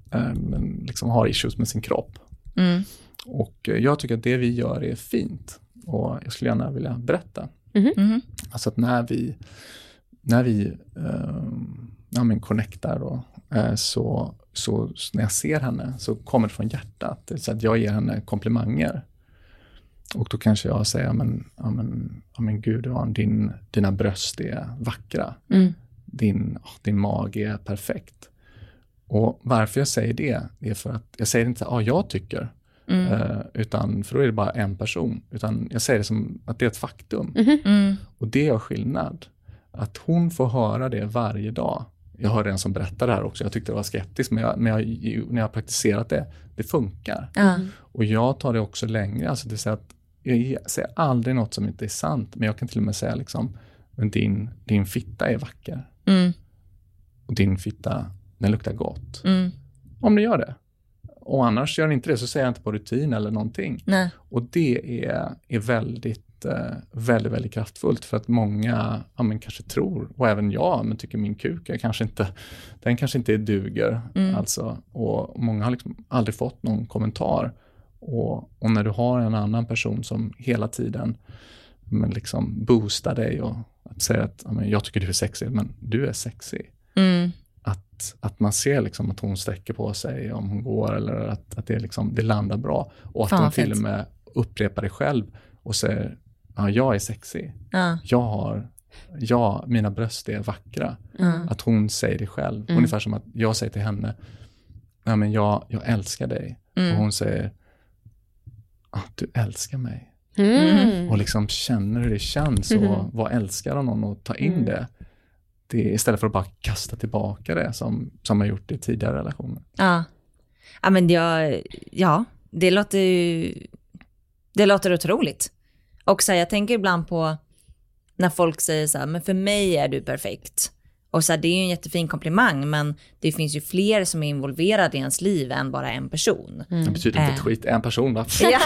men liksom har issues med sin kropp. Mm. Och jag tycker att det vi gör är fint. Och jag skulle gärna vilja berätta. Mm-hmm. Alltså att när vi när vi um, ja, men connectar då, eh, så, så, så när jag ser henne så kommer det från hjärtat. Det är så att jag ger henne komplimanger. Och då kanske jag säger, men, ja, men, ja, men gud, ja, din, dina bröst är vackra. Mm. Din, oh, din mage är perfekt. Och varför jag säger det är för att jag säger inte, ja, jag tycker. Mm. Eh, utan för då är det bara en person. Utan jag säger det som att det är ett faktum. Mm. Mm. Och det är skillnad. Att hon får höra det varje dag. Jag hörde en som berättade det här också. Jag tyckte det var skeptiskt. Men, jag, men jag, när jag har praktiserat det, det funkar. Mm. Och jag tar det också längre. Alltså det säger att jag säger aldrig något som inte är sant. Men jag kan till och med säga liksom, men din, din fitta är vacker. Mm. Och din fitta, den luktar gott. Mm. Om det gör det. Och annars gör den inte det, så säger jag inte på rutin eller någonting. Nej. Och det är, är väldigt väldigt, väldigt kraftfullt, för att många ja, men kanske tror, och även jag, men tycker min kuk är kanske inte, den kanske inte duger. Mm. Alltså, och många har liksom aldrig fått någon kommentar. Och, och när du har en annan person som hela tiden men liksom boostar dig och att säga att ja, men jag tycker du är sexig, men du är sexig. Mm. Att, att man ser liksom att hon sträcker på sig om hon går, eller att, att det, liksom, det landar bra. Och att Fan, hon till och med upprepar det själv och säger, ja, jag är sexig. Ja. Jag har, ja, mina bröst är vackra. Mm. Att hon säger det själv. Mm. Ungefär som att jag säger till henne, ja, men jag, jag älskar dig. Mm. Och hon säger, ah, du älskar mig. Mm. Och liksom känner hur det känns mm. och vad älskar någon och ta in mm. det. det. Istället för att bara kasta tillbaka det som, som har gjort i tidigare relationer. Ja, ja men jag, ja, det låter ju, det låter otroligt. Och så här, jag tänker ibland på när folk säger så här, men för mig är du perfekt. Och så här, det är ju en jättefin komplimang, men det finns ju fler som är involverade i ens liv än bara en person. Mm. Det betyder inte ett skit, en person va? Ja.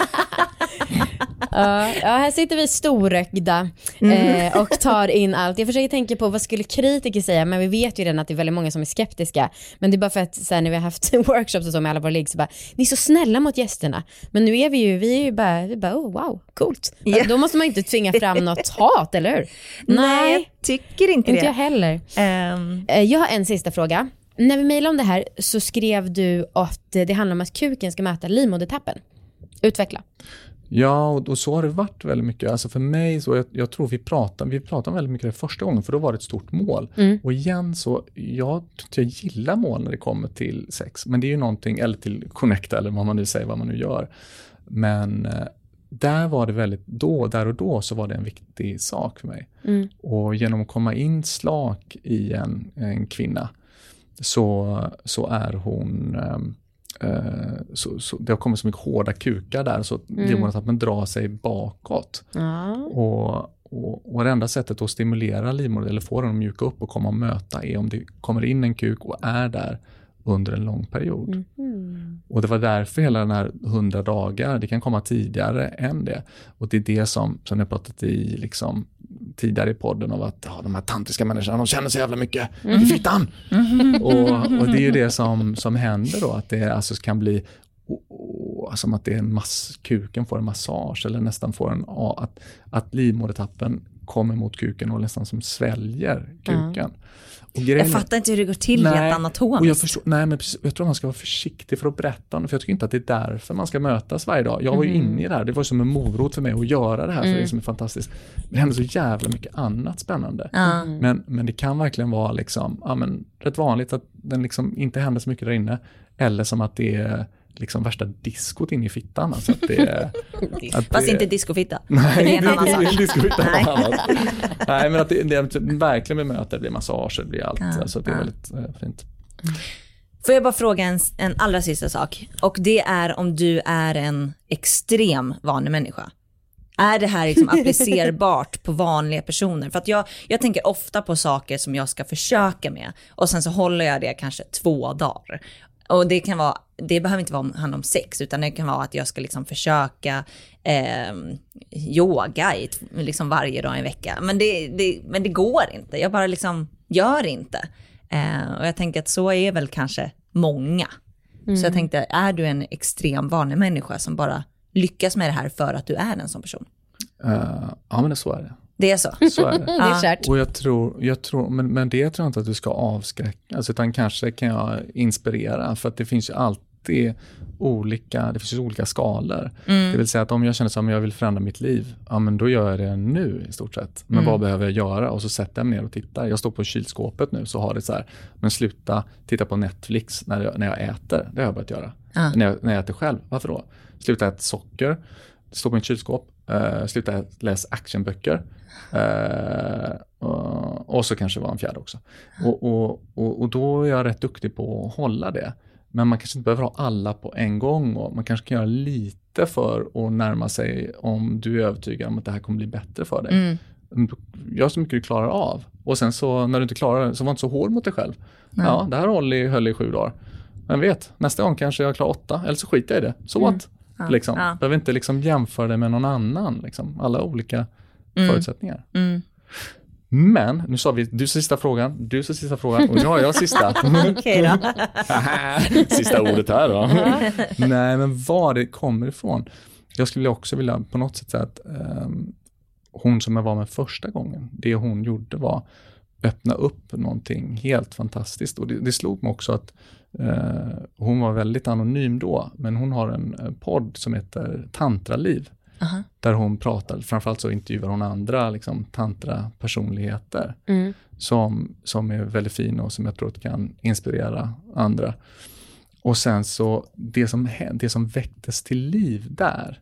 Uh, ja, här sitter vi storögda mm. eh, och tar in allt. Jag försöker tänka på vad skulle kritiker säga, men vi vet ju redan att det är väldigt många som är skeptiska. Men det är bara för att så här, när vi har haft workshops och så med alla våra ligg så bara, ni är så snälla mot gästerna. Men nu är vi ju, vi är ju bara, vi bara oh, wow, coolt. Yeah. Alltså, då måste man inte tvinga fram något hat, eller hur? Nej, jag tycker inte det. Inte jag heller. Um. Jag har en sista fråga. När vi mejlade om det här så skrev du att det handlar om att kuken ska mäta livmodertappen. Utveckla. Ja, och, och så har det varit väldigt mycket. Alltså för mig, så jag, jag tror vi pratade, vi pratade väldigt mycket det första gången, för då var det ett stort mål. Mm. Och igen så, jag, jag gillar mål när det kommer till sex. Men det är ju någonting, eller till connecta, eller vad man nu säger, vad man nu gör. Men eh, där var det väldigt, då, där och då så var det en viktig sak för mig. Mm. Och genom att komma in slak i en, en kvinna så, så är hon... Eh, Uh, så, så det har kommit så mycket hårda kukar där så mm. det måste att man drar sig bakåt. Mm. Och, och, och det enda sättet att stimulera livmodern eller få den att mjuka upp och komma och möta är om det kommer in en kuk och är där under en lång period. Mm. Och det var därför hela den här hundra dagar, det kan komma tidigare än det. Och det är det som, som jag pratat i liksom tidigare i podden av att ja, de här tantriska människorna, de känner så jävla mycket mm. i fittan. Mm. Och, och det är ju det som, som händer då, att det alltså kan bli oh, oh, som att det är en mass, kuken får en massage eller nästan får en, att, att livmodertappen kommer mot kuken och nästan som sväljer kuken. Mm. Och jag fattar inte hur det går till nej, rent anatomiskt. Och jag, förstår, nej, men precis, jag tror man ska vara försiktig för att berätta om det, för jag tycker inte att det är därför man ska mötas varje dag. Jag var ju mm. inne i det här, det var som en morot för mig att göra det här, mm. för det som är fantastiskt. Men det händer så jävla mycket annat spännande. Mm. Men, men det kan verkligen vara liksom, ja, men, rätt vanligt att den liksom inte händer så mycket där inne, eller som att det är liksom värsta diskot in i fittan. Alltså att det, att Fast det, inte diskofitta. Nej, det är en annan sak. Diskofitta nej. nej, men att det, det är verkligen bemöter, det blir massager, det blir allt. Ja, alltså det är ja. väldigt äh, fint. Får jag bara fråga en, en allra sista sak? Och det är om du är en extrem vanlig människa. Är det här liksom applicerbart på vanliga personer? För att jag, jag tänker ofta på saker som jag ska försöka med. Och sen så håller jag det kanske två dagar. Och det kan vara, det behöver inte vara handla om sex, utan det kan vara att jag ska liksom försöka eh, yoga i, liksom varje dag i en vecka. Men det, det, men det går inte. Jag bara liksom gör inte. Eh, och jag tänker att så är väl kanske många. Mm. Så jag tänkte, är du en extrem vanlig människa som bara lyckas med det här för att du är en sån person? Uh, ja, men det så är det. Det är så? Så är det. Det är kärt. Och jag tror, jag tror men, men det tror jag inte att du ska avskräcka. Alltså, utan kanske kan jag inspirera. För att det finns ju alltid olika, det finns ju olika skalor. Mm. Det vill säga att om jag känner som jag vill förändra mitt liv, ja men då gör jag det nu i stort sett. Men mm. vad behöver jag göra? Och så sätter jag mig ner och tittar. Jag står på kylskåpet nu så har det så här, men sluta titta på Netflix när jag, när jag äter. Det har jag börjat göra. Ah. När, jag, när jag äter själv. Varför då? Sluta äta socker. Stå på mitt kylskåp. Uh, sluta läsa actionböcker. Uh, och, och så kanske var en fjärde också. Och, och, och, och då är jag rätt duktig på att hålla det. Men man kanske inte behöver ha alla på en gång. Och man kanske kan göra lite för att närma sig om du är övertygad om att det här kommer bli bättre för dig. Mm. Gör så mycket du klarar av. Och sen så när du inte klarar det så var inte så hård mot dig själv. Nej. Ja, det här höll i, höll i sju dagar. Men vet, nästa gång kanske jag klarar åtta. Eller så skiter jag i det. Så mm. what? Ja, liksom. Ja. Behöver inte liksom jämföra det med någon annan. Liksom. Alla olika mm. förutsättningar. Mm. Men, nu sa vi, du sa sista frågan, du sa sista frågan och nu har jag sista. Okej då. Sista ordet här då. Nej, men var det kommer ifrån. Jag skulle också vilja på något sätt säga att um, hon som jag var med första gången, det hon gjorde var öppna upp någonting helt fantastiskt. Och det, det slog mig också att uh, hon var väldigt anonym då, men hon har en uh, podd som heter Tantraliv. Uh-huh. Där hon pratar, framförallt så intervjuar hon andra liksom, tantra-personligheter mm. som, som är väldigt fina och som jag tror att kan inspirera andra. Och sen så, det som, det som väcktes till liv där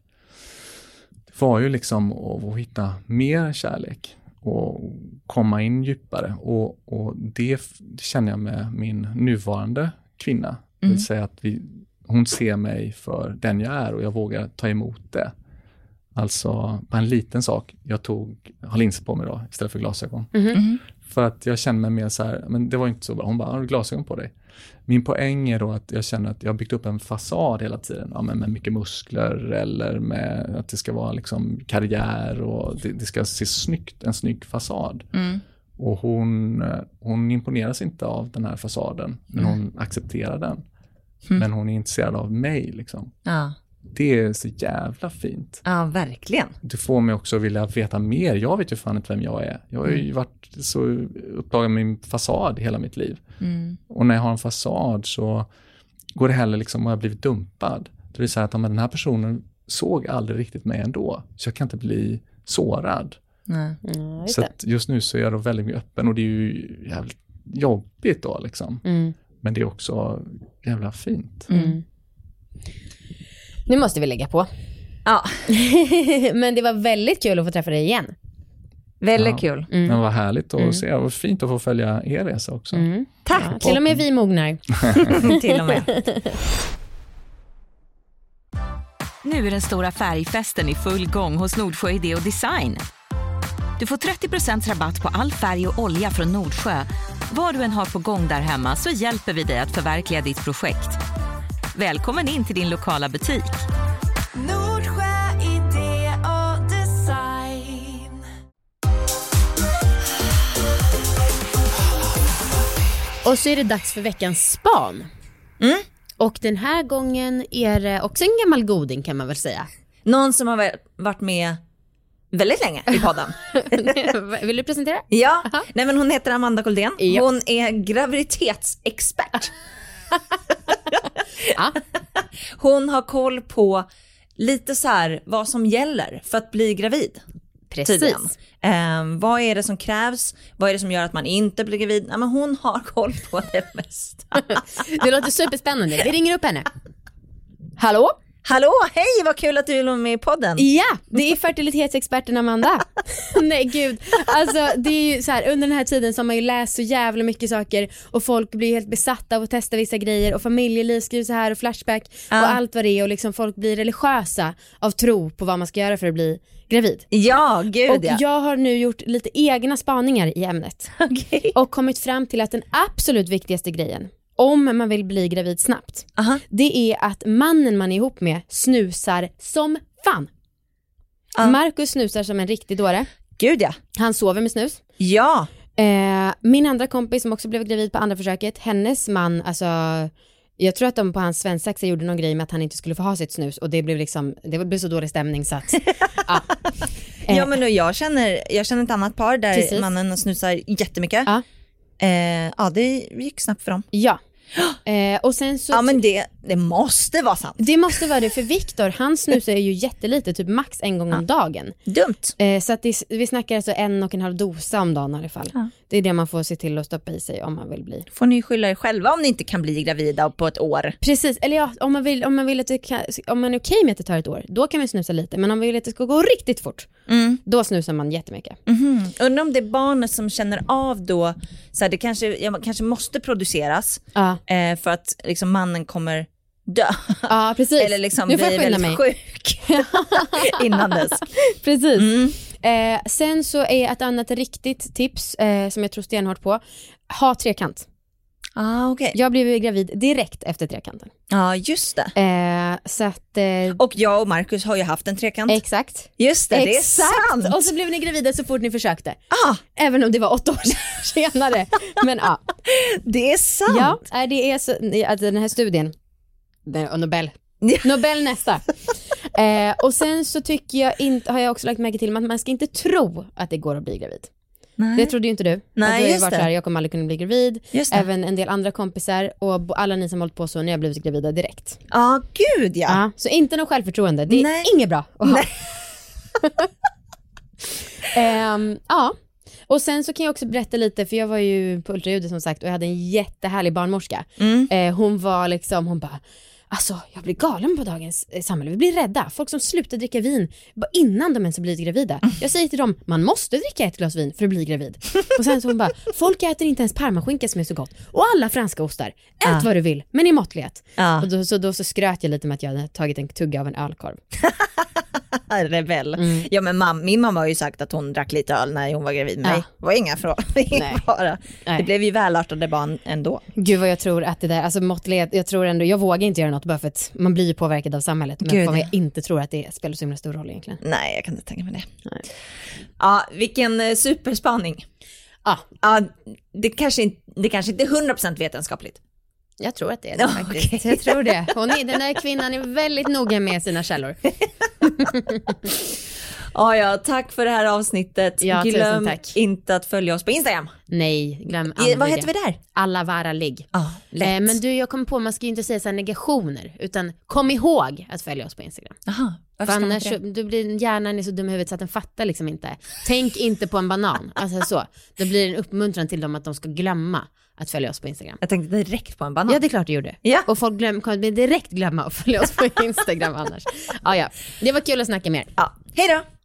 var ju liksom att, att hitta mer kärlek och komma in djupare. Och, och det, det känner jag med min nuvarande kvinna. Mm. Det vill säga att vi, hon ser mig för den jag är och jag vågar ta emot det. Alltså, på en liten sak. Jag tog, har linser på mig då istället för glasögon. Mm-hmm. För att jag känner mig mer så här, men det var inte så bra. Hon bara, har du glasögon på dig? Min poäng är då att jag känner att jag har byggt upp en fasad hela tiden. Ja, men med mycket muskler eller med att det ska vara liksom karriär och det, det ska se snyggt, en snygg fasad. Mm. Och hon, hon imponeras inte av den här fasaden, men mm. hon accepterar den. Mm. Men hon är intresserad av mig liksom. Ja. Det är så jävla fint. Ja, verkligen. Det får mig också vilja veta mer. Jag vet ju fan inte vem jag är. Jag har ju mm. varit så upptagen med min fasad hela mitt liv. Mm. Och när jag har en fasad så går det heller liksom att jag har blivit dumpad. Det vill säga att om den här personen såg aldrig riktigt mig ändå. Så jag kan inte bli sårad. Nej. Mm, så att just nu så är jag då väldigt mycket öppen och det är ju jävligt jobbigt då liksom. Mm. Men det är också jävla fint. Mm. Nu måste vi lägga på. Ja. Men det var väldigt kul att få träffa dig igen. Väldigt Ja. kul. Mm. Men vad härligt att Mm. se. Och fint att få följa er resa också. Mm. Tack. Ja, till och med vi mognar. Till och med. Nu är den stora färgfesten i full gång hos Nordsjö Idé och Design. Du får trettio procent rabatt på all färg och olja från Nordsjö. Vad du än har på gång där hemma så hjälper vi dig att förverkliga ditt projekt. Välkommen in till din lokala butik. Nordsjö Idé och Design. Och så är det dags för veckans span. Mm. Och den här gången är det också en gammal goding kan man väl säga. Någon som har varit med väldigt länge i podden. Vill du presentera? Ja, nej men hon heter Amanda Koldén. Ja. Hon är graviditetsexpert. Ja. Hon har koll på lite så här vad som gäller för att bli gravid. Tydligen. Precis. Eh, vad är det som krävs? Vad är det som gör att man inte blir gravid? Nej, men hon har koll på det mesta. Det låter superspännande. Vi ringer upp henne. Hallå? Hallå, hej, vad kul att du är med i podden. Ja, det är fertilitetsexperten Amanda. Nej gud, alltså det är ju så här, under den här tiden så har man ju läst så jävla mycket saker och folk blir helt besatta av att testa vissa grejer och familjeliv skriver så här och flashback Ja. och allt vad det är och liksom folk blir religiösa av tro på vad man ska göra för att bli gravid. Ja, gud Och ja. jag har nu gjort lite egna spaningar i ämnet Okej. och kommit fram till att den absolut viktigaste grejen om man vill bli gravid snabbt, Aha. det är att mannen man är ihop med snusar som fan. Ja. Marcus snusar som en riktig dåre. Gud ja. Han sover med snus. Ja. Eh, min andra kompis som också blev gravid på andra försöket, hennes man, alltså jag tror att de på hans svensexa gjorde någon grej med att han inte skulle få ha sitt snus och det blev liksom, det blev så dålig stämning så att ja. Eh, Ja, men då, jag känner jag känner ett annat par där Precis. mannen snusar jättemycket. Ja. Eh, ja, det gick snabbt för dem. Ja. Eh, och sen så Ja, men det, det måste vara sant. det måste vara det för Viktor, han snusar ju jättelite, typ max en gång om dagen. Dumt. Eh, så att det, vi snackar alltså en och en halv dosa om dagen i alla fall. Ja. Det är det man får se till att stoppa i sig om man vill bli. Får ni skylla er själva om ni inte kan bli gravida på ett år. Precis, eller ja, om man vill, om man vill att det kan, om man är okej med att det tar ett år, då kan man snusa lite. Men om man vill att det ska gå riktigt fort, Mm. då snusar man jättemycket. Mm-hmm. Undrar om det är barnet som känner av då, så här, det kanske, ja, kanske måste produceras Ja, eh, för att liksom, mannen kommer dö. ja precis. Eller liksom Nu får bli jag skynda väldigt mig. sjuk innan dess. Precis. Mm. Eh, sen så är ett annat riktigt tips eh, som jag tror stenhårt på, ha trekant. Ah, okej. Jag blev gravid direkt efter trekanten. Ja, just det. Eh, så att... Eh, Och jag och Marcus har ju haft en trekant. exakt. Just det, det är Exakt. sant. Och så blev ni gravida så fort ni försökte. Ah, Även om det var åtta år senare. Men ja. det är sant. Ja, nej, det är så, alltså den här studien, den, och Nobel, Ja. Nobel nästa. eh, och sen så tycker jag inte, har jag också lagt märke till att man ska inte tro att det går att bli gravid. Nej. Det trodde ju inte du. Nej, att du har just varit det. där, jag kommer aldrig kunna bli gravid. Just det. Även en del andra kompisar och alla ni som hållit på så, ni har blivit gravida direkt. Ja, gud ja. Ja, så inte någon självförtroende, det är Nej. inget bra att ha. Ehm, ja. Och sen så kan jag också berätta lite, för jag var ju på ultraljudet som sagt och jag hade en jättehärlig barnmorska. Mm. Eh, hon var liksom, hon bara, alltså jag blir galen på dagens eh, samhälle, vi blir rädda. Folk som slutar dricka vin bara innan de ens har blivit gravida. Jag säger till dem, man måste dricka ett glas vin för att bli gravid. Och sen så hon bara, folk äter inte ens parmaskinka som är så gott. Och alla franska ostar, ät Ja. vad du vill, men i måttlighet. Ja. Och då så, då så skröt jag lite med att jag hade tagit en tugga av en ölkorv. Rebell. Mm. Ja, men mam- min mamma har ju sagt att hon drack lite öl när hon var gravid med Ja. mig. Det var inga frågor. Nej. Bara. Nej. Det blev ju välartade barn ändå. Gud vad jag tror att det där, alltså måttlighet, jag tror ändå, jag vågar inte göra något bara för att man blir ju påverkad av samhället. Men Gud, för ja. jag inte tror att det spelar så himla stor roll egentligen. Nej, jag kan inte tänka mig det. Nej. Ja, vilken eh, superspaning. Ja, Ja, det kanske inte, det kanske inte är hundra procent vetenskapligt. jag tror att det är det Ja, faktiskt. okej. Jag tror det. Hon är, den där kvinnan är väldigt noga med sina källor. Ja, ja, tack för det här avsnittet. Ja, glöm tack. inte att följa oss på Instagram. Nej, glöm I, aldrig vad heter det. vi där? Alla vara ligg. Ja, lätt. Eh, men du, jag kommer på, man ska ju inte säga så här negationer, utan kom ihåg att följa oss på Instagram. Aha, För varför ska man annars inte så, det? du blir, hjärnan är så dum i huvudet så att den fattar liksom inte. Tänk inte på en banan. Alltså så. Det blir en uppmuntran till dem att de ska glömma att följa oss på Instagram. Jag tänkte direkt på en banan. Ja, det är klart du gjorde. Ja. Och folk glöm, kommer direkt glömma att följa oss på Instagram annars. Ja, ja. Det var kul att snacka med er. Ja. Hej då!